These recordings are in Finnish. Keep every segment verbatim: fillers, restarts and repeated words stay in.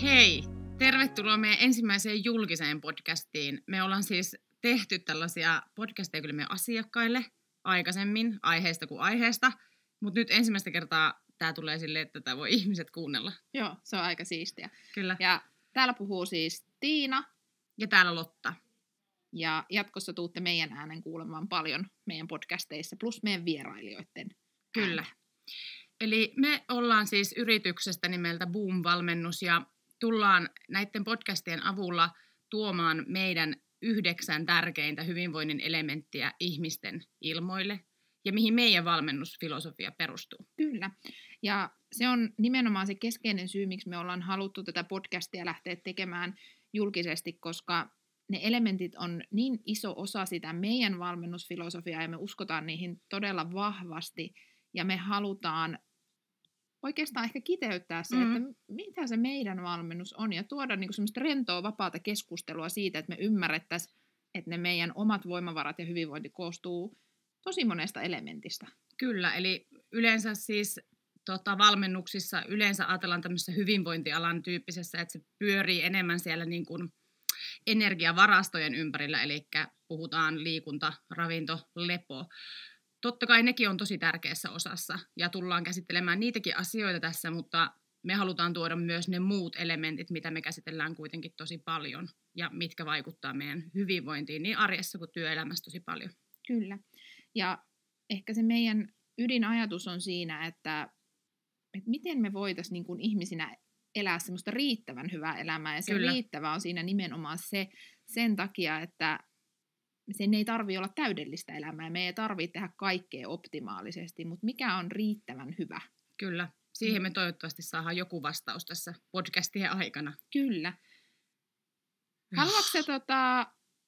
Hei! Tervetuloa meidän ensimmäiseen julkiseen podcastiin. Me ollaan siis tehty tällaisia podcasteja kyllä meidän asiakkaille aikaisemmin, aiheesta kuin aiheesta, mutta nyt ensimmäistä kertaa tämä tulee silleen, että tätä voi ihmiset kuunnella. Joo, se on aika siistiä. Kyllä. Ja täällä puhuu siis Tiina. Ja täällä Lotta. Ja jatkossa tuutte meidän äänen kuulemaan paljon meidän podcasteissa, plus meidän vierailijoiden Kyllä. ääntä. Eli me ollaan siis yrityksestä nimeltä Boom-valmennus ja tullaan näiden podcastien avulla tuomaan meidän yhdeksän tärkeintä hyvinvoinnin elementtiä ihmisten ilmoille ja mihin meidän valmennusfilosofia perustuu. Kyllä. Ja se on nimenomaan se keskeinen syy, miksi me ollaan haluttu tätä podcastia lähteä tekemään julkisesti, koska ne elementit on niin iso osa sitä meidän valmennusfilosofiaa ja me uskotaan niihin todella vahvasti ja me halutaan oikeastaan ehkä kiteyttää se, mm-hmm. että mitä se meidän valmennus on ja tuoda niinku semmoista rentoa, vapaata keskustelua siitä, että me ymmärrettäisiin, että ne meidän omat voimavarat ja hyvinvointi koostuu tosi monesta elementistä. Kyllä, eli yleensä siis tota, valmennuksissa yleensä ajatellaan tämmöisessä hyvinvointialan tyyppisessä, että se pyörii enemmän siellä niin kuin energiavarastojen ympärillä, eli puhutaan liikunta, ravinto, lepo. Totta kai nekin on tosi tärkeässä osassa ja tullaan käsittelemään niitäkin asioita tässä, mutta me halutaan tuoda myös ne muut elementit, mitä me käsitellään kuitenkin tosi paljon ja mitkä vaikuttaa meidän hyvinvointiin niin arjessa kuin työelämässä tosi paljon. Kyllä. Ja ehkä se meidän ydinajatus on siinä, että, että miten me voitaisiin niin kuin ihmisinä elää semmoista riittävän hyvää elämää. Ja se Kyllä. riittävä on siinä nimenomaan se sen takia, että sen ei tarvitse olla täydellistä elämää. Me ei tarvitse tehdä kaikkea optimaalisesti, mutta mikä on riittävän hyvä? Kyllä. Siihen me toivottavasti saadaan joku vastaus tässä podcastien aikana. Kyllä. Haluatko sä tota,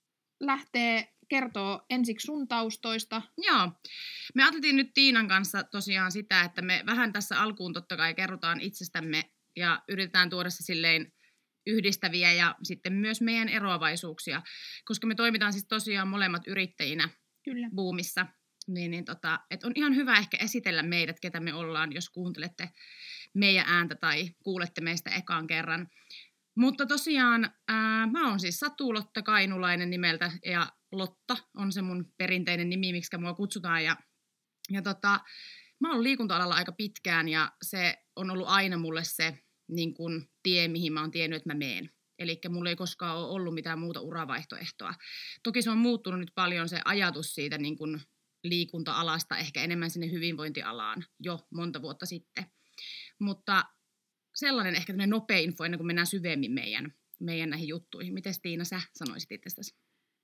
lähteä kertoa ensiksi sun taustoista? Joo. Me ajateltiin nyt Tiinan kanssa tosiaan sitä, että me vähän tässä alkuun totta kai kerrotaan itsestämme ja yritetään tuoda se silleen yhdistäviä ja sitten myös meidän eroavaisuuksia, koska me toimitaan siis tosiaan molemmat yrittäjinä Kyllä. Boomissa. Niin, niin tota, et on ihan hyvä ehkä esitellä meidät, ketä me ollaan, jos kuuntelette meidän ääntä tai kuulette meistä ekaan kerran. Mutta tosiaan ää, mä oon siis Satu Lotta Kainulainen nimeltä ja Lotta on se mun perinteinen nimi, miksi mua kutsutaan. Ja, ja tota, mä oon liikunta-alalla aika pitkään ja se on ollut aina mulle se niin kun tie, mihin mä oon tiennyt, että mä meen. Eli mulla ei koskaan ole ollut mitään muuta uravaihtoehtoa. Toki se on muuttunut nyt paljon se ajatus siitä niin kun liikunta-alasta, ehkä enemmän sinne hyvinvointialaan jo monta vuotta sitten. Mutta sellainen ehkä tämmöinen nopea info ennen kuin mennään syvemmin meidän, meidän näihin juttuihin. Miten Tiina sä sanoisit itsestäsi?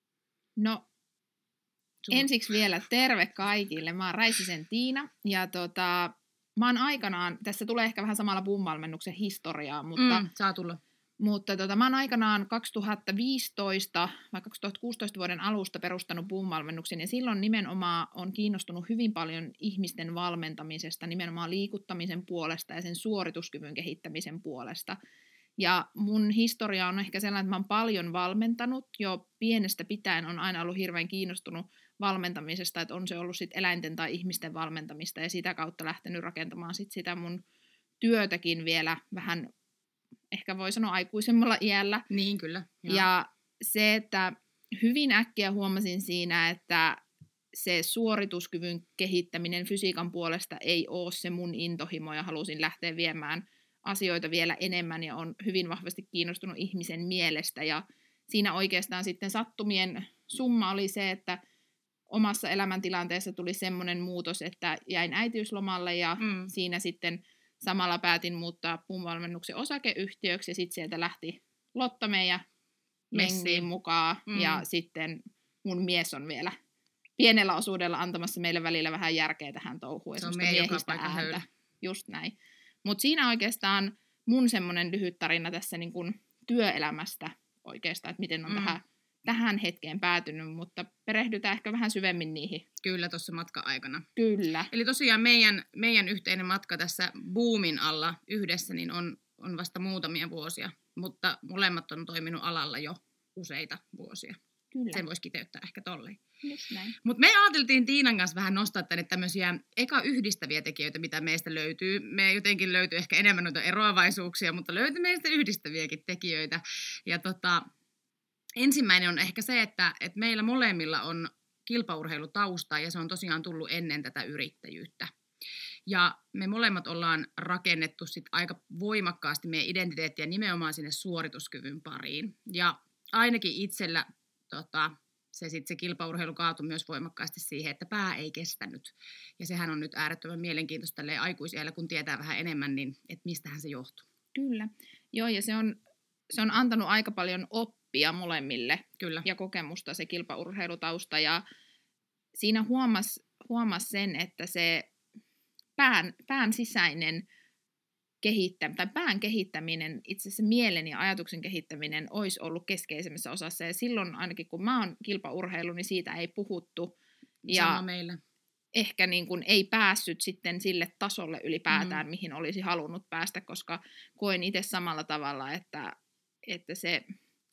No Sun... ensiksi vielä terve kaikille. Mä oon Räisisen Tiina ja tota, mä oon aikanaan, tässä tulee ehkä vähän samalla Boom-valmennuksen historiaa, mutta, mm, saa tulla. mutta tota, mä oon aikanaan kaksituhattaviisitoista vai kaksituhattakuusitoista vuoden alusta perustanut Boom-valmennuksen ja silloin nimenomaan on kiinnostunut hyvin paljon ihmisten valmentamisesta, nimenomaan liikuttamisen puolesta ja sen suorituskyvyn kehittämisen puolesta. Ja mun historia on ehkä sellainen, että mä oon paljon valmentanut, jo pienestä pitäen on aina ollut hirveän kiinnostunut valmentamisesta, että on se ollut sit eläinten tai ihmisten valmentamista ja sitä kautta lähtenyt rakentamaan sit sitä mun työtäkin vielä vähän, ehkä voi sanoa aikuisemmalla iällä. Niin kyllä. Joo. Ja se, että hyvin äkkiä huomasin siinä, että se suorituskyvyn kehittäminen fysiikan puolesta ei ole se mun intohimo ja halusin lähteä viemään asioita vielä enemmän ja on hyvin vahvasti kiinnostunut ihmisen mielestä ja siinä oikeastaan sitten sattumien summa oli se, että omassa elämäntilanteessa tuli semmoinen muutos, että jäin äitiyslomalle ja mm. siinä sitten samalla päätin muuttaa Boom-valmennuksen osakeyhtiöksi ja sitten sieltä lähti Lotta meidän messiin mukaan mm. ja sitten mun mies on vielä pienellä osuudella antamassa meille välillä vähän järkeä tähän touhuun ja semmoista miehistä ääntä. Just näin. Mutta siinä oikeastaan mun semmoinen lyhyt tarina tässä niin kun työelämästä oikeastaan, että miten on mm. tähän, tähän hetkeen päätynyt, mutta perehdytään ehkä vähän syvemmin niihin. Kyllä, tuossa matka-aikana. Kyllä. Eli tosiaan meidän, meidän yhteinen matka tässä Boomin alla yhdessä niin on, on vasta muutamia vuosia, mutta molemmat on toiminut alalla jo useita vuosia. Kyllä. Sen voisi kiteyttää ehkä tolleen. Just näin. Mutta me ajateltiin Tiinan kanssa vähän nostaa tänne tämmöisiä eka yhdistäviä tekijöitä, mitä meistä löytyy. Me jotenkin löytyy ehkä enemmän noita eroavaisuuksia, mutta löytyy meistä yhdistäviäkin tekijöitä. Ja tota, ensimmäinen on ehkä se, että, että meillä molemmilla on kilpaurheilutausta ja se on tosiaan tullut ennen tätä yrittäjyyttä. Ja me molemmat ollaan rakennettu sit aika voimakkaasti meidän identiteettiä nimenomaan sinne suorituskyvyn pariin. Ja ainakin itsellä tota, se, sit se kilpaurheilu kaatui myös voimakkaasti siihen, että pää ei kestänyt. Ja sehän on nyt äärettömän mielenkiintoista tälleen aikuisiällä, kun tietää vähän enemmän, niin että mistähän se johtuu. Kyllä. Joo, ja se on, se on antanut aika paljon oppia molemmille. Kyllä. Ja kokemusta se kilpaurheilutausta. Ja siinä huomasi huomas sen, että se pään, pään sisäinen kehittäminen, tai pään kehittäminen, itse asiassa mielen ja ajatuksen kehittäminen olisi ollut keskeisemmässä osassa. Ja silloin ainakin kun mä oon kilpaurheilu, niin siitä ei puhuttu. Ja sama meillä. Ehkä niin kuin ei päässyt sitten sille tasolle ylipäätään, Mm. mihin olisi halunnut päästä, koska koen itse samalla tavalla, että, että se,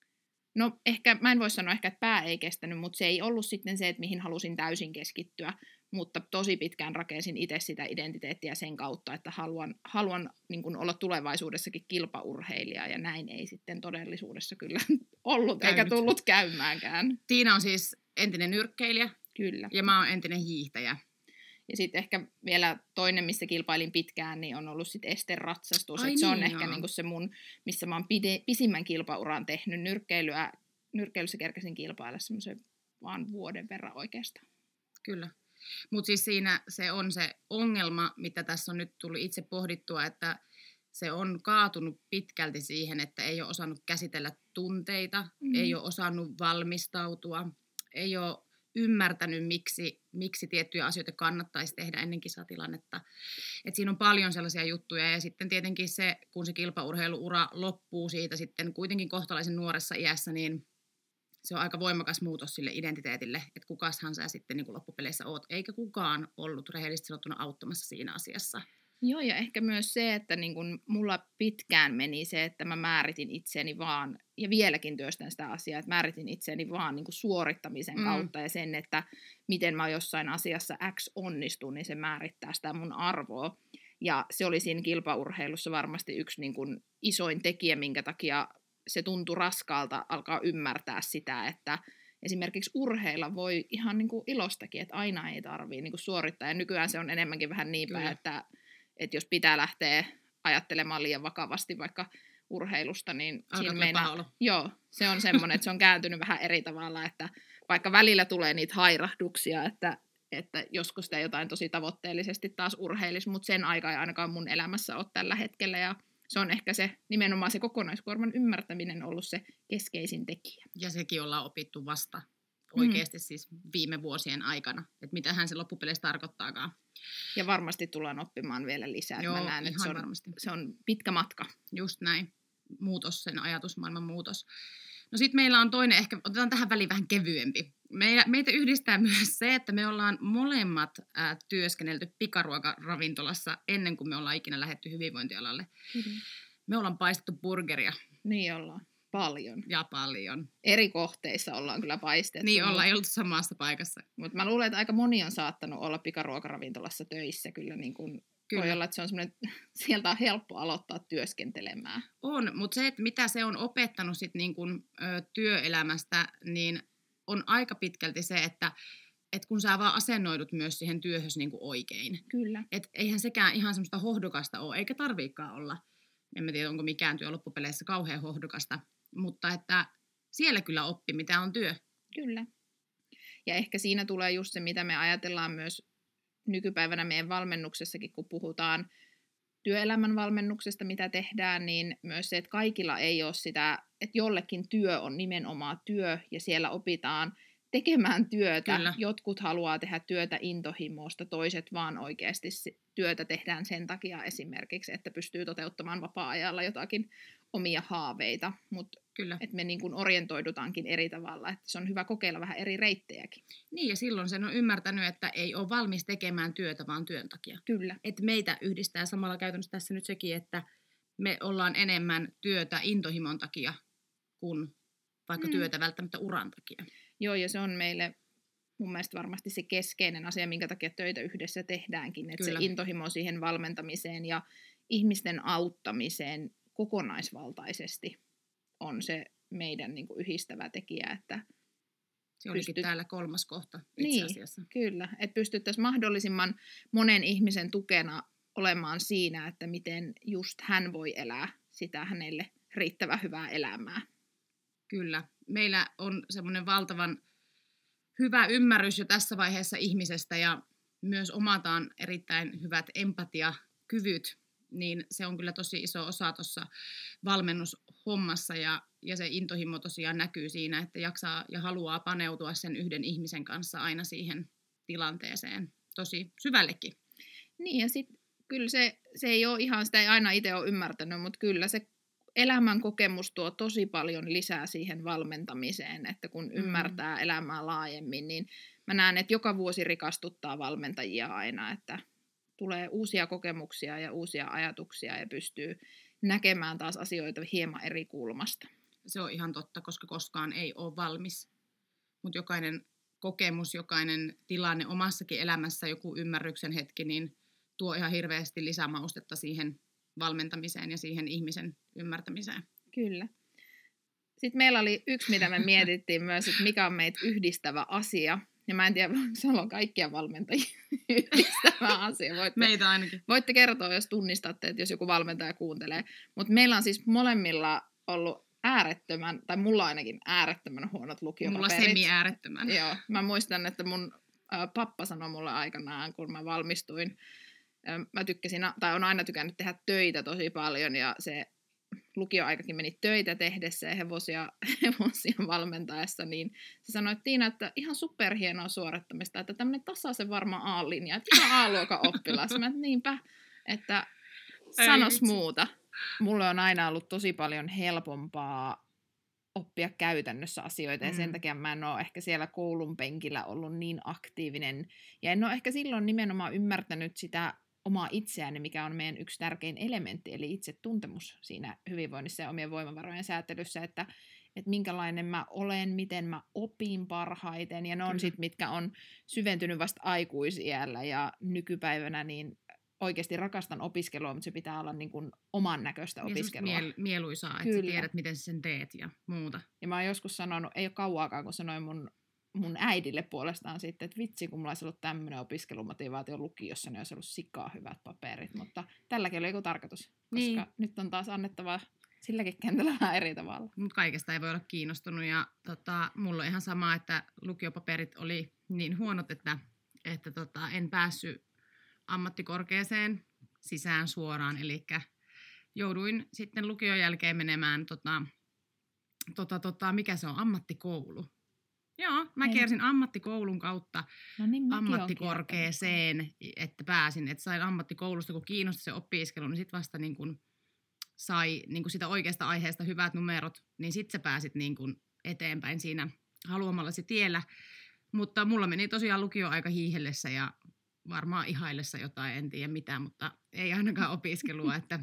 no ehkä, mä en voi sanoa ehkä, että pää ei kestänyt, mutta se ei ollut sitten se, että mihin halusin täysin keskittyä, mutta tosi pitkään rakensin itse sitä identiteettiä sen kautta, että haluan, haluan niin kuin olla tulevaisuudessakin kilpaurheilija, ja näin ei sitten todellisuudessa kyllä ollut, Käynyt. eikä tullut käymäänkään. Tiina on siis entinen nyrkkeilijä Kyllä. ja mä oon entinen hiihtäjä. Ja sitten ehkä vielä toinen, missä kilpailin pitkään, niin on ollut sitten esteratsastus. Ai Et se on niin, ehkä joo. niinku se mun, missä mä oon pide, pisimmän kilpauran tehnyt. Nyrkkeilyä, nyrkkeilyssä kerkäsin kilpailla semmoisen vaan vuoden verran oikeastaan. Kyllä. Mutta siis siinä se on se ongelma, mitä tässä on nyt tullut itse pohdittua, että se on kaatunut pitkälti siihen, että ei ole osannut käsitellä tunteita, Mm. ei ole osannut valmistautua, ei ole ymmärtänyt, miksi, miksi tiettyjä asioita kannattaisi tehdä ennen kisatilannetta. Et siinä on paljon sellaisia juttuja, ja sitten tietenkin se, kun se kilpaurheiluura loppuu siitä sitten kuitenkin kohtalaisen nuoressa iässä, niin se on aika voimakas muutos sille identiteetille, että kukashan sä sitten niin kuin loppupeleissä oot, eikä kukaan ollut rehellisesti sanottuna auttamassa siinä asiassa. Joo, ja ehkä myös se, että niin kun mulla pitkään meni se, että mä määritin itseäni vaan, ja vieläkin työstän sitä asiaa, että määritin itseäni vaan niin kun suorittamisen Mm. kautta, ja sen, että miten mä jossain asiassa X onnistun, niin se määrittää sitä mun arvoa. Ja se oli siinä kilpaurheilussa varmasti yksi niin kun isoin tekijä, minkä takia se tuntui raskaalta alkaa ymmärtää sitä, että esimerkiksi urheilla voi ihan niin kuin ilostakin, että aina ei tarvitse niin kuin suorittaa. Ja nykyään se on enemmänkin vähän niin päin, Kyllä. että, että jos pitää lähteä ajattelemaan liian vakavasti vaikka urheilusta, niin Alkaa siinä tulla meinaa, paha olo. joo, se on semmoinen, että se on kääntynyt vähän eri tavalla, että vaikka välillä tulee niitä hairahduksia, että, että joskus sitä jotain tosi tavoitteellisesti taas urheilisi, mutta sen aika ei ainakaan mun elämässä ole tällä hetkellä, ja se on ehkä se nimenomaan se kokonaiskuorman ymmärtäminen ollut se keskeisin tekijä. Ja sekin ollaan opittu vasta oikeasti siis viime vuosien aikana, että mitähän se loppupeleissä tarkoittaakaan. Ja varmasti tullaan oppimaan vielä lisää. Joo, Mä näen, että ihan se on, varmasti. se on pitkä matka. Just näin. Muutos, sen ajatusmaailman muutos. No sit meillä on toinen, ehkä otetaan tähän väliin vähän kevyempi. Meitä, meitä yhdistää myös se, että me ollaan molemmat ää, työskennelty pikaruokaravintolassa ennen kuin me ollaan ikinä lähdetty hyvinvointialalle. Kyllä. Me ollaan paistettu burgeria Niin ollaan. Paljon. ja paljon. Eri kohteissa ollaan kyllä paistettu. Niin ollaan, ei oltu samassa paikassa. Mutta mä luulen, että aika moni on saattanut olla pikaruokaravintolassa töissä. Kyllä, niin kun Kyllä. voi olla, että se on semmoinen, sieltä on helppo aloittaa työskentelemään. On, mutta se, että mitä se on opettanut sit niin kun, ö, työelämästä, niin on aika pitkälti se, että et kun sä vaan asennoidut myös siihen työhös niin kuin oikein. Kyllä. Et eihän sekään ihan semmoista hohdokasta ole, eikä tarviikaan olla. En mä tiedä, onko mikään työ loppupeleissä kauhean hohdokasta, mutta että siellä kyllä oppi, mitä on työ. Kyllä. Ja ehkä siinä tulee just se, mitä me ajatellaan myös nykypäivänä meidän valmennuksessakin, kun puhutaan työelämän valmennuksesta, mitä tehdään, niin myös se, että kaikilla ei ole sitä, että jollekin työ on nimenomaan työ, ja siellä opitaan tekemään työtä. Kyllä. Jotkut haluaa tehdä työtä intohimosta, toiset vaan oikeasti työtä tehdään sen takia esimerkiksi, että pystyy toteuttamaan vapaa-ajalla jotakin omia haaveita, mutta Kyllä. että me niin kuin orientoidutaankin eri tavalla, että se on hyvä kokeilla vähän eri reittejäkin. Niin, ja silloin sen on ymmärtänyt, että ei ole valmis tekemään työtä, vaan työn takia. Kyllä. Että meitä yhdistää samalla käytännössä tässä nyt sekin, että me ollaan enemmän työtä intohimon takia kuin vaikka Mm. työtä välttämättä uran takia. Joo, ja se on meille mun mielestä varmasti se keskeinen asia, minkä takia töitä yhdessä tehdäänkin, että Kyllä. se intohimo siihen valmentamiseen ja ihmisten auttamiseen kokonaisvaltaisesti on se meidän niin kuin yhdistävä tekijä, että se olikin pystyt... täällä kolmas kohta itse niin, asiassa. Kyllä, että pystyttäisiin mahdollisimman monen ihmisen tukena olemaan siinä, että miten just hän voi elää sitä hänelle riittävän hyvää elämää. Kyllä. Meillä on semmoinen valtavan hyvä ymmärrys jo tässä vaiheessa ihmisestä ja myös omataan erittäin hyvät empatiakyvyt, niin se on kyllä tosi iso osa tuossa valmennushommassa ja, ja se intohimo tosiaan näkyy siinä, että jaksaa ja haluaa paneutua sen yhden ihmisen kanssa aina siihen tilanteeseen tosi syvällekin. Niin ja sitten kyllä se, se ei ole ihan, sitä ei aina itse ole ymmärtänyt, mutta kyllä se elämän kokemus tuo tosi paljon lisää siihen valmentamiseen, että kun ymmärtää mm. elämää laajemmin, niin mä näen, että joka vuosi rikastuttaa valmentajia aina, että tulee uusia kokemuksia ja uusia ajatuksia ja pystyy näkemään taas asioita hieman eri kulmasta. Se on ihan totta, koska koskaan ei ole valmis, mutta jokainen kokemus, jokainen tilanne omassakin elämässä, joku ymmärryksen hetki, niin tuo ihan hirveästi lisämaustetta siihen valmentamiseen ja siihen ihmisen ymmärtämiseen. Kyllä. Sitten meillä oli yksi, mitä me mietittiin myös, että mikä on meitä yhdistävä asia. Ja mä en tiedä, voinko sanoa kaikkia valmentajia yhdistävä asia. Voitte, Meitä ainakin. Voitte kertoa, jos tunnistatte, että jos joku valmentaja kuuntelee. Mutta meillä on siis molemmilla ollut äärettömän, tai mulla ainakin äärettömän huonot lukiopaperit. Mulla semi-äärettömän. Joo, mä muistan, että mun ä, pappa sanoi mulle aikanaan, kun mä valmistuin. Ä, mä tykkäsin, tai on aina tykännyt tehdä töitä tosi paljon, ja se lukioaikakin meni töitä tehdessä ja hevosia, hevosia valmentaessa, niin se sanoi, että Tiina, että ihan superhienoa suorittamista, että tämmöinen tasaisen varma A-linja, että ihan A-luokan oppilas. Mä, että niinpä, että sanos muuta. Mulle on aina ollut tosi paljon helpompaa oppia käytännössä asioita, ja sen mm. takia mä en ole ehkä siellä koulun penkillä ollut niin aktiivinen, ja en ole ehkä silloin nimenomaan ymmärtänyt sitä omaa itseäni, mikä on meidän yksi tärkein elementti, eli itsetuntemus siinä hyvinvoinnissa ja omien voimavarojen säätelyssä, että, että minkälainen mä olen, miten mä opin parhaiten, ja ne on sitten, mitkä on syventynyt vasta aikuisiällä, ja nykypäivänä niin oikeasti rakastan opiskelua, mutta se pitää olla niin kuin oman näköistä opiskelua. Ja miel- mieluisaa, että Kyllä. sä tiedät, miten sä sen teet ja muuta. Ja mä oon joskus sanonut, ei ole kauaakaan, kun sanoin mun mun äidille puolestaan sitten, että vitsi, kun mulla olisi ollut tämmöinen opiskelumotivaatio lukiossa, niin olisi ollut sikaa hyvät paperit, mutta tälläkin oli joku tarkoitus, koska niin. Nyt on taas annettava silläkin kentällä vähän eri tavalla. Mutta kaikesta ei voi olla kiinnostunut, ja tota, mulla on ihan sama, että lukiopaperit oli niin huonot, että, että tota, en päässyt ammattikorkeeseen sisään suoraan, eli jouduin sitten lukion jälkeen menemään, tota, tota, tota, mikä se on, ammattikoulu. Joo, mä en. kiersin ammattikoulun kautta no niin, ammattikorkeeseen, että pääsin, että sain ammattikoulusta, kun kiinnosti se opiskelu, niin sitten vasta niin kun sai niin kun sitä oikeasta aiheesta hyvät numerot, niin sitten sä pääsit niin kun eteenpäin siinä haluamallasi tiellä. Mutta mulla meni tosiaan lukioaika hiihellessä ja varmaan ihaillessa jotain, en tiedä mitä, mutta ei ainakaan opiskelua, että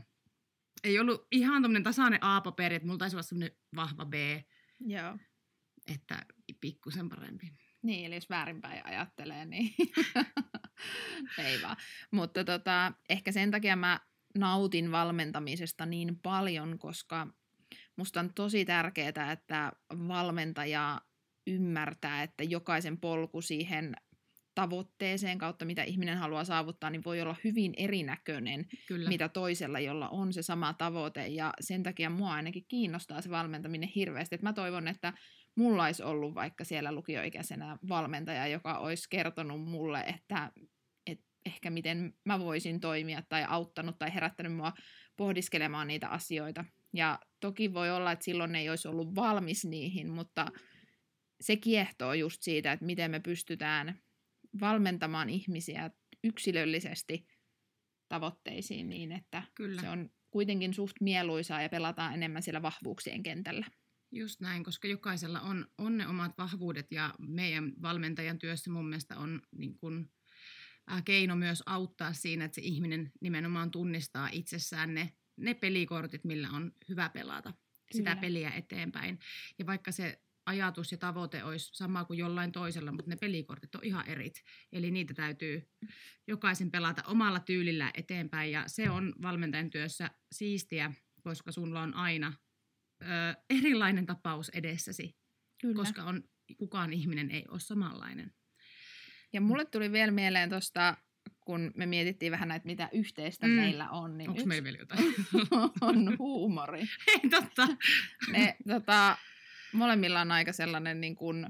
ei ollut ihan tommoinen tasainen A-paperi, että mulla taisi olla semmoinen vahva B. Joo. Että pikkusen parempi. Niin, eli jos väärinpäin ajattelee, niin ei vaan. Mutta tota, ehkä sen takia mä nautin valmentamisesta niin paljon, koska musta on tosi tärkeää, että valmentaja ymmärtää, että jokaisen polku siihen tavoitteeseen kautta, mitä ihminen haluaa saavuttaa, niin voi olla hyvin erinäköinen, Kyllä. mitä toisella, jolla on se sama tavoite. Ja sen takia mua ainakin kiinnostaa se valmentaminen hirveästi. Että mä toivon, että mulla olisi ollut vaikka siellä lukioikäisenä valmentaja, joka olisi kertonut mulle, että, että ehkä miten mä voisin toimia tai auttanut tai herättänyt mua pohdiskelemaan niitä asioita. Ja toki voi olla, että silloin ei olisi ollut valmis niihin, mutta se kiehtoo just siitä, että miten me pystytään valmentamaan ihmisiä yksilöllisesti tavoitteisiin niin, että Kyllä. se on kuitenkin suht mieluisaa ja pelataan enemmän siellä vahvuuksien kentällä. Just näin, koska jokaisella on, on ne omat vahvuudet ja meidän valmentajan työssä mun mielestä on niin kun, äh, keino myös auttaa siinä, että se ihminen nimenomaan tunnistaa itsessään ne, ne pelikortit, millä on hyvä pelata Kyllä. sitä peliä eteenpäin. Ja vaikka se ajatus ja tavoite olisi sama kuin jollain toisella, mutta ne pelikortit on ihan erit. Eli niitä täytyy jokaisen pelata omalla tyylillä eteenpäin ja se on valmentajan työssä siistiä, koska sulla on aina ö, erilainen tapaus edessäsi, Kyllä. koska on, kukaan ihminen ei ole samanlainen. Ja mulle tuli vielä mieleen tuosta, kun me mietittiin vähän näitä, mitä yhteistä mm. meillä on. Niin onko meillä vielä jotain? On huumori. Ei totta. Ne, tota, molemmilla on aika sellainen niin kuin,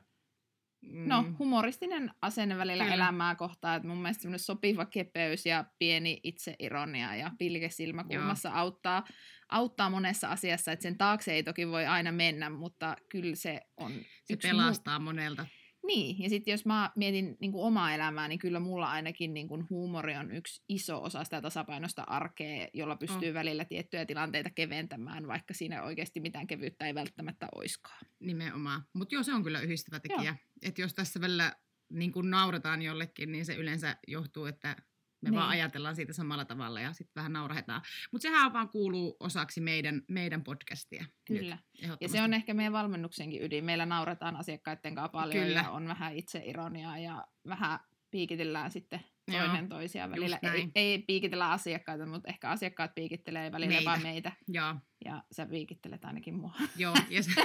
no, humoristinen asenne välillä Kyllä. elämää kohtaan. Että mun mielestä semmoinen sopiva kepeys ja pieni itseironia ja pilke silmäkulmassa auttaa, auttaa monessa asiassa. Että sen taakse ei toki voi aina mennä, mutta kyllä se on Se pelastaa mu- monelta. Niin, ja sitten jos mä mietin niin kuin omaa elämää, niin kyllä mulla ainakin niin kuin huumori on yksi iso osa sitä tasapainosta arkea, jolla pystyy oh. välillä tiettyjä tilanteita keventämään, vaikka siinä oikeasti mitään kevyyttä ei välttämättä oiskaan. Nimenomaan. Mutta joo, se on kyllä yhdistävä tekijä. Että jos tässä välillä niin kun naurataan jollekin, niin se yleensä johtuu, että me niin. vaan ajatellaan siitä samalla tavalla ja sitten vähän naurahetaan. Mutta sehän vaan kuuluu osaksi meidän, meidän podcastia. Kyllä. Nyt, ja se on ehkä meidän valmennuksenkin ydin. Meillä naurataan asiakkaiden kanssa paljon Kyllä. ja on vähän itseironiaa ja vähän piikitellään sitten toinen Joo, toisiaan välillä. Ei, ei piikitellä asiakkaita, mutta ehkä asiakkaat piikittelee välillä meitä. vaan meitä. Joo. Ja sä piikittelet ainakin mua. Joo, ja sä,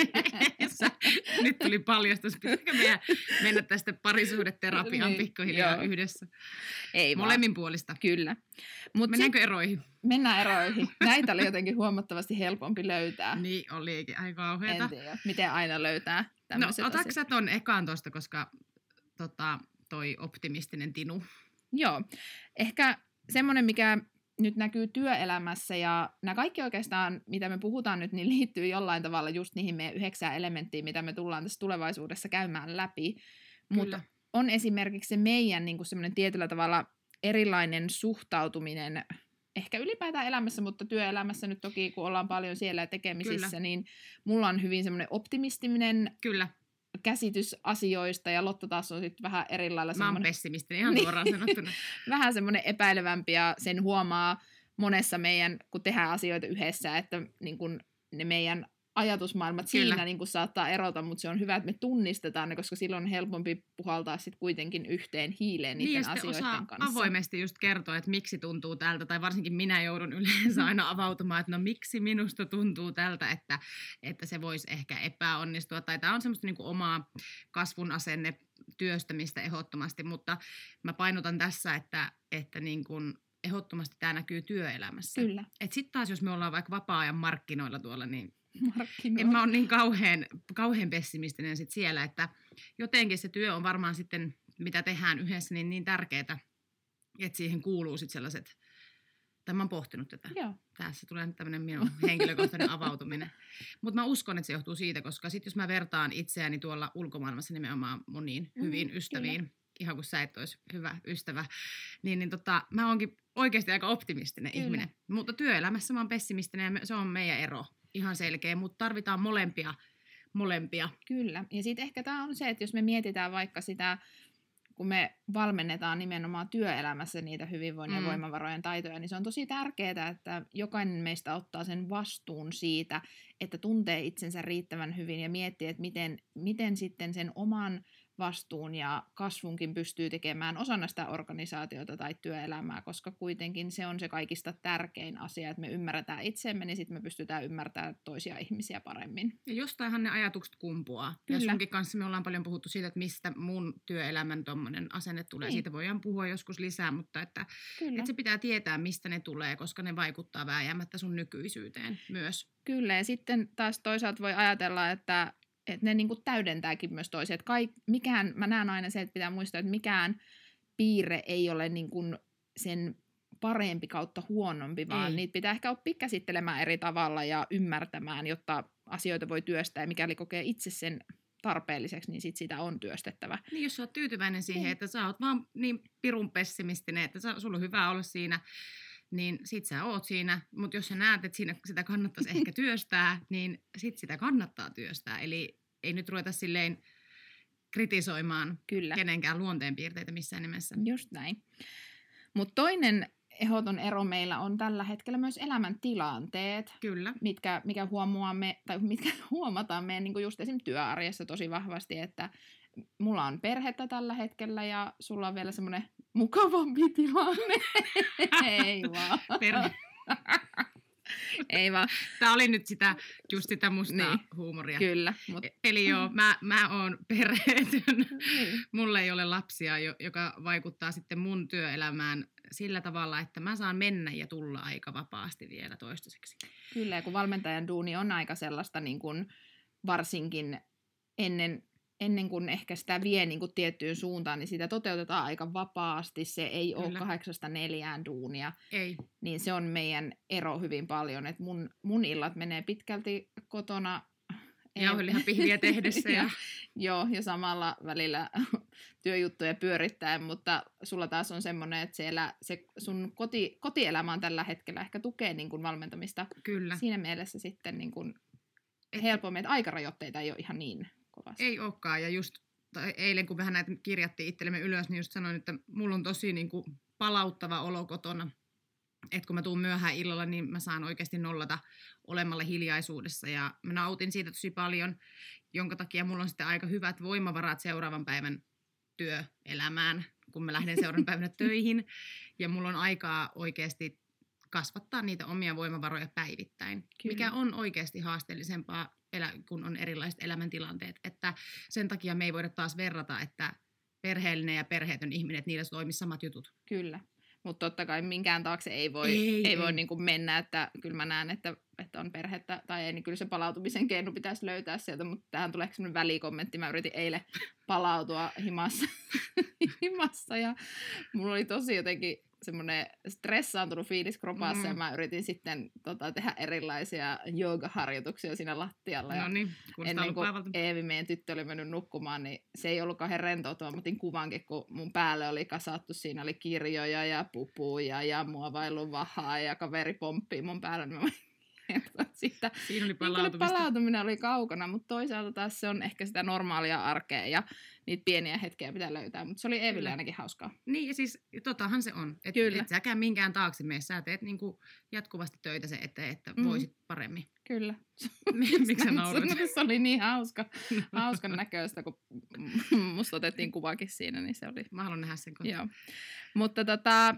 ja sä, nyt tuli paljastus. Pitääkö meidän mennä tästä parisuhdeterapiaan niin, pikkuhiljaa joo. yhdessä? Ei Molemmin puolista. Kyllä. Mut Mennäänkö sit, eroihin? Mennään eroihin. Näitä oli jotenkin huomattavasti helpompi löytää. Niin olikin, aika kauheata. En tiedä, miten aina löytää tämmöiset No otatko sä ton ekaan tosta, koska tota, toi optimistinen Tinu? Joo, ehkä semmoinen, mikä nyt näkyy työelämässä ja nämä kaikki oikeastaan, mitä me puhutaan nyt, niin liittyy jollain tavalla just niihin meidän yhdeksään elementtiin, mitä me tullaan tässä tulevaisuudessa käymään läpi. Mutta on esimerkiksi se meidän niin kuin semmoinen tietyllä tavalla erilainen suhtautuminen ehkä ylipäätään elämässä, mutta työelämässä nyt toki, kun ollaan paljon siellä tekemisissä, Kyllä. niin mulla on hyvin semmoinen optimistinen Kyllä. käsitys asioista, ja Lotta taas on sitten vähän eri lailla semmoinen... Mä oon pessimistinen, ihan suoraan sanottuna. Vähän semmoinen epäilevämpi, ja sen huomaa monessa meidän, kun tehdään asioita yhdessä, että niin kun ne meidän ajatusmaailmat Kyllä. siinä niin kun saattaa erota, mutta se on hyvä, että me tunnistetaan ne, koska silloin on helpompi puhaltaa sit kuitenkin yhteen hiileen niiden niin, asioiden osaa kanssa. Avoimesti just kertoa, että miksi tuntuu tältä, tai varsinkin minä joudun yleensä aina avautumaan, että no miksi minusta tuntuu tältä, että, että se voisi ehkä epäonnistua, tai tämä on semmoista niin kuin omaa kasvun asenne työstämistä ehdottomasti, mutta mä painotan tässä, että, että niin kuin ehdottomasti tämä näkyy työelämässä. Kyllä. Että sitten taas, jos me ollaan vaikka vapaa-ajan markkinoilla tuolla, niin Markkinoilla. En mä ole niin kauhean, kauhean pessimistinen sit siellä, että jotenkin se työ on varmaan sitten, mitä tehdään yhdessä, niin niin tärkeää, että siihen kuuluu sitten sellaiset, tai mä oon pohtinut tätä. Joo. Tässä tulee nyt tämmöinen minun henkilökohtainen avautuminen. Mutta mä uskon, että se johtuu siitä, koska sitten jos mä vertaan itseäni tuolla ulkomaailmassa nimenomaan moniin hyviin mm, ystäviin, kyllä. ihan kuin sä et olisi hyvä ystävä, niin, niin tota, mä oonkin oikeasti aika optimistinen kyllä. ihminen. Mutta työelämässä mä oon pessimistinen ja se on meidän ero. Ihan selkeä, mutta tarvitaan molempia. molempia. Kyllä. Ja sitten ehkä tämä on se, että jos me mietitään vaikka sitä, kun me valmennetaan nimenomaan työelämässä niitä hyvinvoinnin mm. ja voimavarojen taitoja, niin se on tosi tärkeää, että jokainen meistä ottaa sen vastuun siitä, että tuntee itsensä riittävän hyvin ja miettii, että miten, miten sitten sen oman vastuun ja kasvunkin pystyy tekemään osana sitä organisaatiota tai työelämää, koska kuitenkin se on se kaikista tärkein asia, että me ymmärretään itsemme, niin sitten me pystytään ymmärtämään toisia ihmisiä paremmin. Ja jostainhan ne ajatukset kumpuaa. Kyllä. Ja sunkin kanssa me ollaan paljon puhuttu siitä, että mistä mun työelämän tommonen asenne tulee. Niin. Siitä voidaan puhua joskus lisää, mutta että, että se pitää tietää, mistä ne tulee, koska ne vaikuttaa vääjäämättä sun nykyisyyteen myös. Kyllä, ja sitten taas toisaalta voi ajatella, että että ne niinku täydentääkin myös toisia. Että kaik, mikään, mä näen aina se, että pitää muistaa, että mikään piirre ei ole niinku sen parempi kautta huonompi, vaan ei. Niitä pitää ehkä oppia käsittelemään eri tavalla ja ymmärtämään, jotta asioita voi työstää. Ja mikäli kokee itse sen tarpeelliseksi, niin sit sitä on työstettävä. Niin, jos sä oot tyytyväinen siihen, mm. että sä oot vaan niin pirun pessimistinen, että sä, sulla on hyvä olla siinä, niin sit sä oot siinä, mutta jos sä näet, että siinä sitä kannattaisi ehkä työstää, niin sit sitä kannattaa työstää. Eli ei nyt ruveta silleen kritisoimaan Kyllä. kenenkään luonteenpiirteitä missään nimessä. Just näin. Mutta toinen ehdoton ero meillä on tällä hetkellä myös elämäntilanteet, Kyllä. mitkä, mikä huomaamme, tai mitkä huomataan meidän niin kuin just esimerkiksi työarjessa tosi vahvasti, että mulla on perhettä tällä hetkellä ja sulla on vielä semmoinen mukavampi tilanne. Ei vaan. Perhe. Ei vaan. Tämä oli nyt sitä, just sitä mustaa Niin. huumoria. Kyllä. Mut... Eli joo, mä, mä oon perheetön. Niin. Mulla ei ole lapsia, joka vaikuttaa sitten mun työelämään sillä tavalla, että mä saan mennä ja tulla aika vapaasti vielä toistaiseksi. Kyllä, ja kun valmentajan duuni on aika sellaista niin kuin varsinkin ennen, ennen kuin ehkä sitä vie niin kuin tiettyyn suuntaan, niin sitä toteutetaan aika vapaasti. Se ei Kyllä. ole kahdeksasta neljään duunia. Ei. Niin se on meidän ero hyvin paljon. Et mun, mun illat menee pitkälti kotona. Jauhelihapihviä tehdessä. ja... Joo, ja samalla välillä työjuttuja pyörittäen, mutta sulla taas on semmoinen, että siellä se sun koti, kotielämä on tällä hetkellä ehkä tukee niin kuin valmentamista. Kyllä. Siinä mielessä sitten niin kuin helpommin, että aikarajoitteita ei ole ihan niin kovasti. Ei olekaan, ja just tai eilen kun vähän näitä kirjattiin itsellemme ylös, niin just sanoin, että mulla on tosi niin kuin palauttava olo kotona. Että kun mä tuun myöhään illalla, niin mä saan oikeasti nollata olemalla hiljaisuudessa. Ja mä nautin siitä tosi paljon, jonka takia mulla on sitten aika hyvät voimavarat seuraavan päivän työelämään, kun mä lähden seuraavan päivänä töihin. Ja mulla on aikaa oikeasti kasvattaa niitä omia voimavaroja päivittäin, Kyllä. mikä on oikeasti haasteellisempaa, kun on erilaiset elämäntilanteet. Että sen takia me ei voida taas verrata, että perheellinen ja perheetön ihminen, että niillä toimisi samat jutut. Kyllä. Mutta totta kai minkään taakse ei voi, ei, ei ei. voi niinku mennä, että kyllä mä näen, että, että on perhettä tai ei, niin kyllä se palautumisen keino pitäisi löytää sieltä, mutta tähän tulee sellainen välikommentti. Mä yritin eilen palautua himassa, himassa ja mulla oli tosi jotenkin semmoinen stressaantunut fiilis kropassa mm. ja mä yritin sitten tota, tehdä erilaisia joogaharjoituksia siinä lattialla. No niin, ennen kuin Eevi, meidän tyttö, oli mennyt nukkumaan, niin se ei ollut kauhean rentoutua. Mä otin kuvankin, kun mun päälle oli kasattu. Siinä oli kirjoja ja pupuja ja muovailuvahaa ja kaveri pomppii mun päälle. Niin mä siitä. Siinä oli palautumista. Niin palautuminen oli kaukana, mutta toisaalta taas se on ehkä sitä normaalia arkea ja niitä pieniä hetkiä pitää löytää, mutta se oli Eeville ainakin hauskaa. Niin ja siis totahan se on, että et säkään minkään taakse mene, sä teet niinku jatkuvasti töitä se eteen, että mm. voisit paremmin. Kyllä. Miksi sä naurat? Se oli niin hauska, hauskan näköistä, kun musta otettiin kuvakin siinä, niin se oli. Mä haluan nähdä sen kohta. Joo. Mutta tota,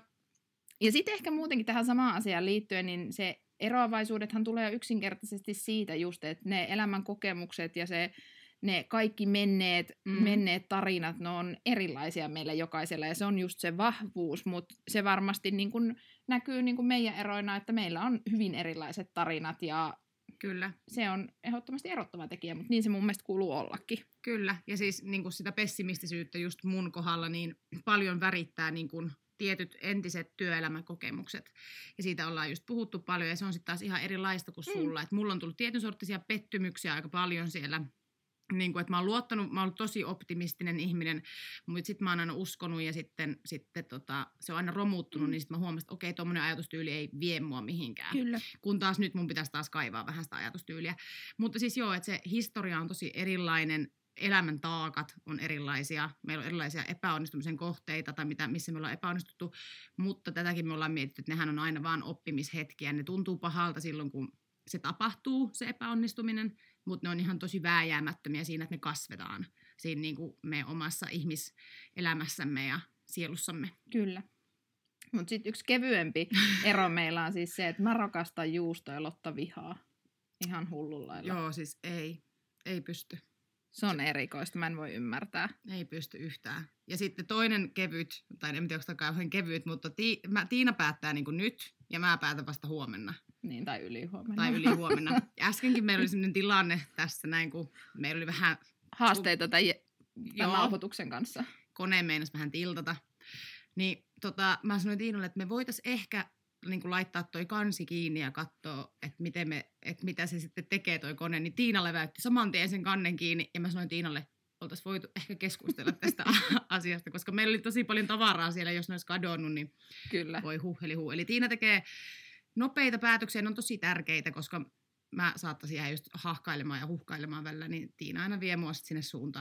ja sitten ehkä muutenkin tähän samaan asiaan liittyen, niin se eroavaisuudethan tulee yksinkertaisesti siitä just, että ne elämän kokemukset ja se, ne kaikki menneet, mm. menneet tarinat, ne on erilaisia meille jokaisella ja se on just se vahvuus, mutta se varmasti niin kun näkyy niin kun meidän eroina, että meillä on hyvin erilaiset tarinat ja Kyllä. se on ehdottomasti erottava tekijä, mutta niin se mun mielestä kuuluu ollakin. Kyllä, ja siis niin kun sitä pessimistisyyttä just mun kohdalla niin paljon värittää niin kun tietyt entiset työelämäkokemukset. Ja siitä ollaan just puhuttu paljon, ja se on sitten taas ihan erilaista kuin sulla. Mm. Et mulla on tullut tietyn sorttisia pettymyksiä aika paljon siellä. Niin kuin, että mä oon luottanut, mä oon ollut tosi optimistinen ihminen, mutta sitten mä oon aina uskonut, ja sitten, sitten tota, se on aina romuttunut, mm. niin sitten mä huomasin, että okei, tommoinen ajatustyyli ei vie mua mihinkään. Kyllä. Kun taas nyt mun pitäisi taas kaivaa vähän sitä ajatustyyliä. Mutta siis joo, että se historia on tosi erilainen, elämän taakat on erilaisia, meillä on erilaisia epäonnistumisen kohteita tai mitä, missä me ollaan epäonnistuttu, mutta tätäkin me ollaan mietitty, että nehän on aina vaan oppimishetkiä. Ne tuntuu pahalta silloin, kun se tapahtuu, se epäonnistuminen, mutta ne on ihan tosi vääjäämättömiä siinä, että me kasvetaan siinä niin kuin meidän omassa ihmiselämässämme ja sielussamme. Kyllä. Mutta sitten yksi kevyempi ero meillä on siis se, että mä rakastan juustoa ja Lotta vihaa. Ihan hullulla lailla. Joo, siis ei, ei pysty. Se on erikoista, mä en voi ymmärtää. Ei pysty yhtään. Ja sitten toinen kevyt, tai en tiedä, onko tämä kauhean kevyt, mutta ti, mä, Tiina päättää niin kuin nyt, ja mä päätän vasta huomenna. Niin, tai ylihuomenna. Tai ylihuomenna. Äskenkin meillä oli sellainen tilanne tässä näin, kun meillä oli vähän haasteita tai nauhoituksen kanssa. Kone meinasi vähän tiltata. Niin tota, mä sanoin Tiinalle, että me voitaisiin ehkä niin kuin laittaa toi kansi kiinni ja katsoa, että, miten me, että mitä se sitten tekee toi kone. Niin Tiina leväytti saman tien sen kannen kiinni, ja mä sanoin Tiinalle, oltaisiin voitu ehkä keskustella tästä asiasta, koska meillä oli tosi paljon tavaraa siellä, jos ne olisi kadonnut, niin Kyllä. voi huh, eli huh. Eli Tiina tekee nopeita päätöksiä, ne on tosi tärkeitä, koska mä saattaisin jäädä just hahkailemaan ja huhkailemaan välillä, niin Tiina aina vie mua sinne suuntaan.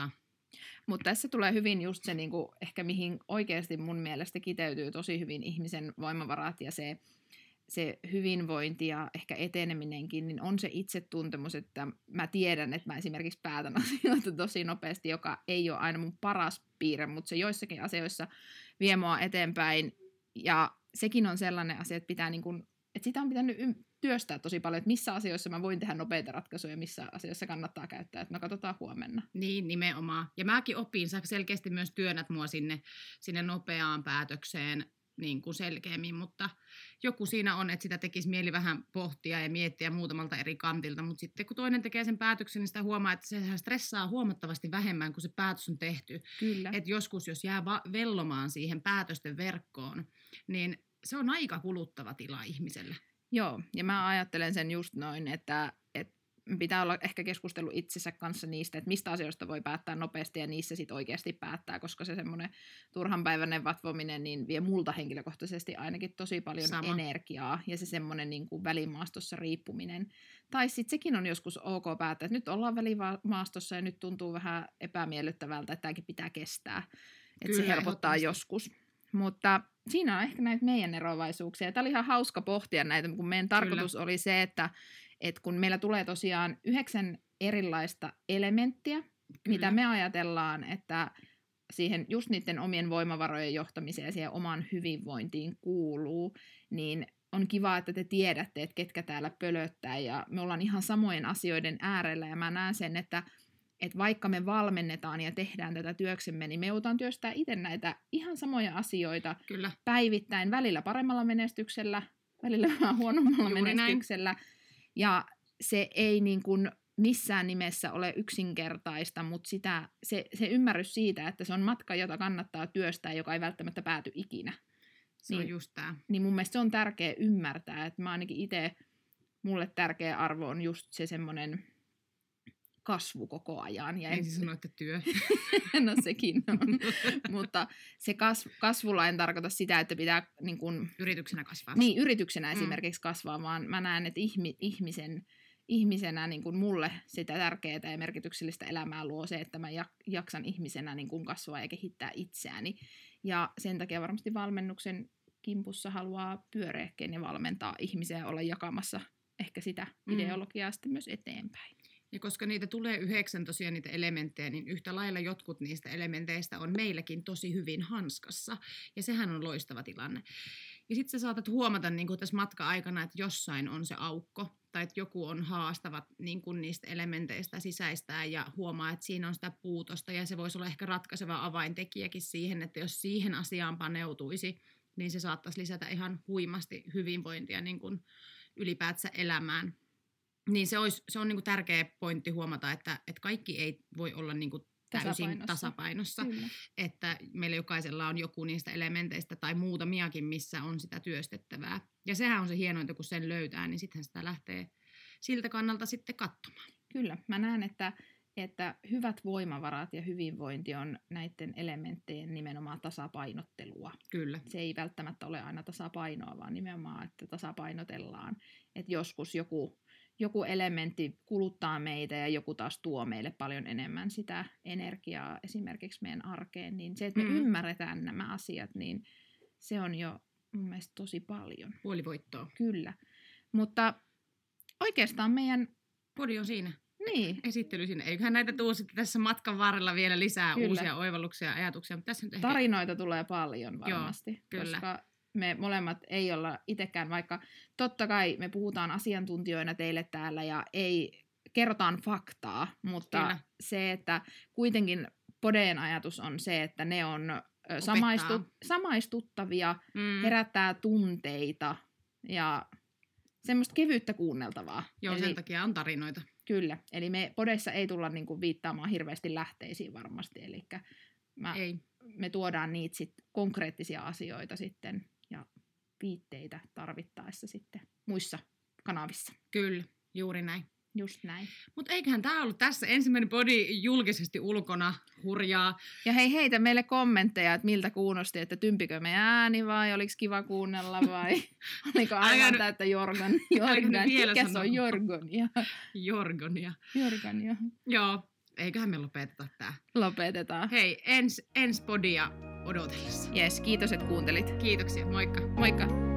Mutta tässä tulee hyvin just se, niin kuin, ehkä mihin oikeasti mun mielestä kiteytyy tosi hyvin ihmisen voimavarat ja se, se hyvinvointi ja ehkä eteneminenkin, niin on se itsetuntemus, että mä tiedän, että mä esimerkiksi päätän asioita tosi nopeasti, joka ei ole aina mun paras piirre, mutta se joissakin asioissa vie mua eteenpäin ja sekin on sellainen asia, että pitää niin kuin, että sitä on pitänyt työstää tosi paljon, että missä asioissa mä voin tehdä nopeita ratkaisuja, missä asioissa kannattaa käyttää, että no katsotaan huomenna. Niin, nimenomaan. Ja mäkin opin, sä selkeästi myös työnnät mua sinne, sinne nopeaan päätökseen niin kuin selkeämmin, mutta joku siinä on, että sitä tekisi mieli vähän pohtia ja miettiä muutamalta eri kantilta, mutta sitten kun toinen tekee sen päätöksen, niin sitä huomaa, että se stressaa huomattavasti vähemmän, kun se päätös on tehty. Kyllä. Että joskus, jos jää va- vellomaan siihen päätösten verkkoon, niin se on aika kuluttava tila ihmiselle. Joo, ja mä ajattelen sen just noin, että, että pitää olla ehkä keskustellut itsensä kanssa niistä, että mistä asioista voi päättää nopeasti ja niissä sitten oikeasti päättää, koska se semmoinen turhanpäiväinen vatvominen niin vie multa henkilökohtaisesti ainakin tosi paljon Sama. energiaa ja se semmoinen niin kuin välimaastossa riippuminen. Tai sitten sekin on joskus ok päättää, että nyt ollaan välimaastossa ja nyt tuntuu vähän epämiellyttävältä, että tämäkin pitää kestää. Että se helpottaa joskus. Mutta siinä on ehkä näitä meidän eroavaisuuksia. Tämä oli ihan hauska pohtia näitä, kun meidän tarkoitus Kyllä. oli se, että, että kun meillä tulee tosiaan yhdeksän erilaista elementtiä, Kyllä. mitä me ajatellaan, että siihen just niiden omien voimavarojen johtamiseen ja siihen omaan hyvinvointiin kuuluu, niin on kiva, että te tiedätte, että ketkä täällä pölöttää ja me ollaan ihan samojen asioiden äärellä ja mä näen sen, että että vaikka me valmennetaan ja tehdään tätä työksemme, niin me joudutaan työstää itse näitä ihan samoja asioita Kyllä. päivittäin, välillä paremmalla menestyksellä, välillä vähän huonommalla Juuri menestyksellä. Näin. Ja se ei niin kuin missään nimessä ole yksinkertaista, mutta sitä, se, se ymmärrys siitä, että se on matka, jota kannattaa työstää, joka ei välttämättä pääty ikinä. Se niin, on just tämä. Niin mun mielestä se on tärkeä ymmärtää, että mä ainakin itse, mulle tärkeä arvo on just se semmoinen kasvu koko ajan. Ja ensin sanoitte työ. No sekin on. Mutta se kasv- kasvulla en tarkoita sitä, että pitää niin kun, yrityksenä kasvaa. Niin, yrityksenä mm. esimerkiksi kasvaa, vaan mä näen, että ihmi- ihmisen, ihmisenä niin kun mulle sitä tärkeää ja merkityksellistä elämää luo se, että mä jaksan ihmisenä niin kun kasvaa ja kehittää itseäni. Ja sen takia varmasti valmennuksen kimpussa haluaa pyöreäkin ja valmentaa ihmisiä ja olla jakamassa ehkä sitä ideologiaa mm. sitten myös eteenpäin. Ja koska niitä tulee yhdeksän tosiaan niitä elementtejä, niin yhtä lailla jotkut niistä elementeistä on meilläkin tosi hyvin hanskassa. Ja sehän on loistava tilanne. Ja sitten sä saatat huomata niin kuin tässä matka-aikana, että jossain on se aukko. Tai että joku on haastava niin kuin niistä elementeistä sisäistää ja huomaa, että siinä on sitä puutosta. Ja se voisi olla ehkä ratkaiseva avaintekijäkin siihen, että jos siihen asiaan paneutuisi, niin se saattaisi lisätä ihan huimasti hyvinvointia niin kuin ylipäätänsä elämään. Niin se, olisi, se on niin kuin tärkeä pointti huomata, että, että kaikki ei voi olla niin kuin täysin tasapainossa. tasapainossa. Että meillä jokaisella on joku niistä elementeistä tai muutamiakin, missä on sitä työstettävää. Ja sehän on se hienointa, kun sen löytää, niin sittenhän sitä lähtee siltä kannalta sitten katsomaan. Kyllä, mä näen, että, että hyvät voimavarat ja hyvinvointi on näiden elementtien nimenomaan tasapainottelua. Kyllä. Se ei välttämättä ole aina tasapainoa, vaan nimenomaan, että tasapainotellaan. Että joskus joku Joku elementti kuluttaa meitä ja joku taas tuo meille paljon enemmän sitä energiaa esimerkiksi meidän arkeen. Niin se, että me mm. ymmärretään nämä asiat, niin se on jo mun mielestä tosi paljon. Puolivoittoa. Kyllä. Mutta oikeastaan meidän podi on siinä. Niin. Esittely siinä. Eiköhän näitä tuu sitten tässä matkan varrella vielä lisää Kyllä. uusia oivalluksia ja ajatuksia. Mutta tässä nyt ehkä tarinoita tulee paljon varmasti. Joo, kyllä. Koska me molemmat ei olla itsekään, vaikka totta kai me puhutaan asiantuntijoina teille täällä ja ei kerrotaan faktaa, mutta Kyllä. se, että kuitenkin podeen ajatus on se, että ne on samaistu, samaistuttavia, mm. herättää tunteita ja semmoista kevyyttä kuunneltavaa. Joo, eli sen takia on tarinoita. Kyllä, eli me podeissa ei tulla niinku viittaamaan hirveästi lähteisiin varmasti, eli mä, ei. me tuodaan niitä sit konkreettisia asioita sitten ja viitteitä tarvittaessa sitten muissa kanavissa. Kyllä, juuri näin. Just näin. Mutta eiköhän tämä ollut tässä ensimmäinen podi julkisesti ulkona, hurjaa. Ja hei, heitä meille kommentteja, että miltä kuulosti, että tympikö me ääni vai oliko kiva kuunnella vai oliko aivan täyttä Jorgon. Jorgon. Mikä se on Jorgonia? Jorgonia. Jorgonia. Joo. eiköhän me lopeteta tää. Lopetetaan. Hei, ens, ens podia odotellessa. Jes, kiitos, että kuuntelit. Kiitoksia, moikka. Moikka!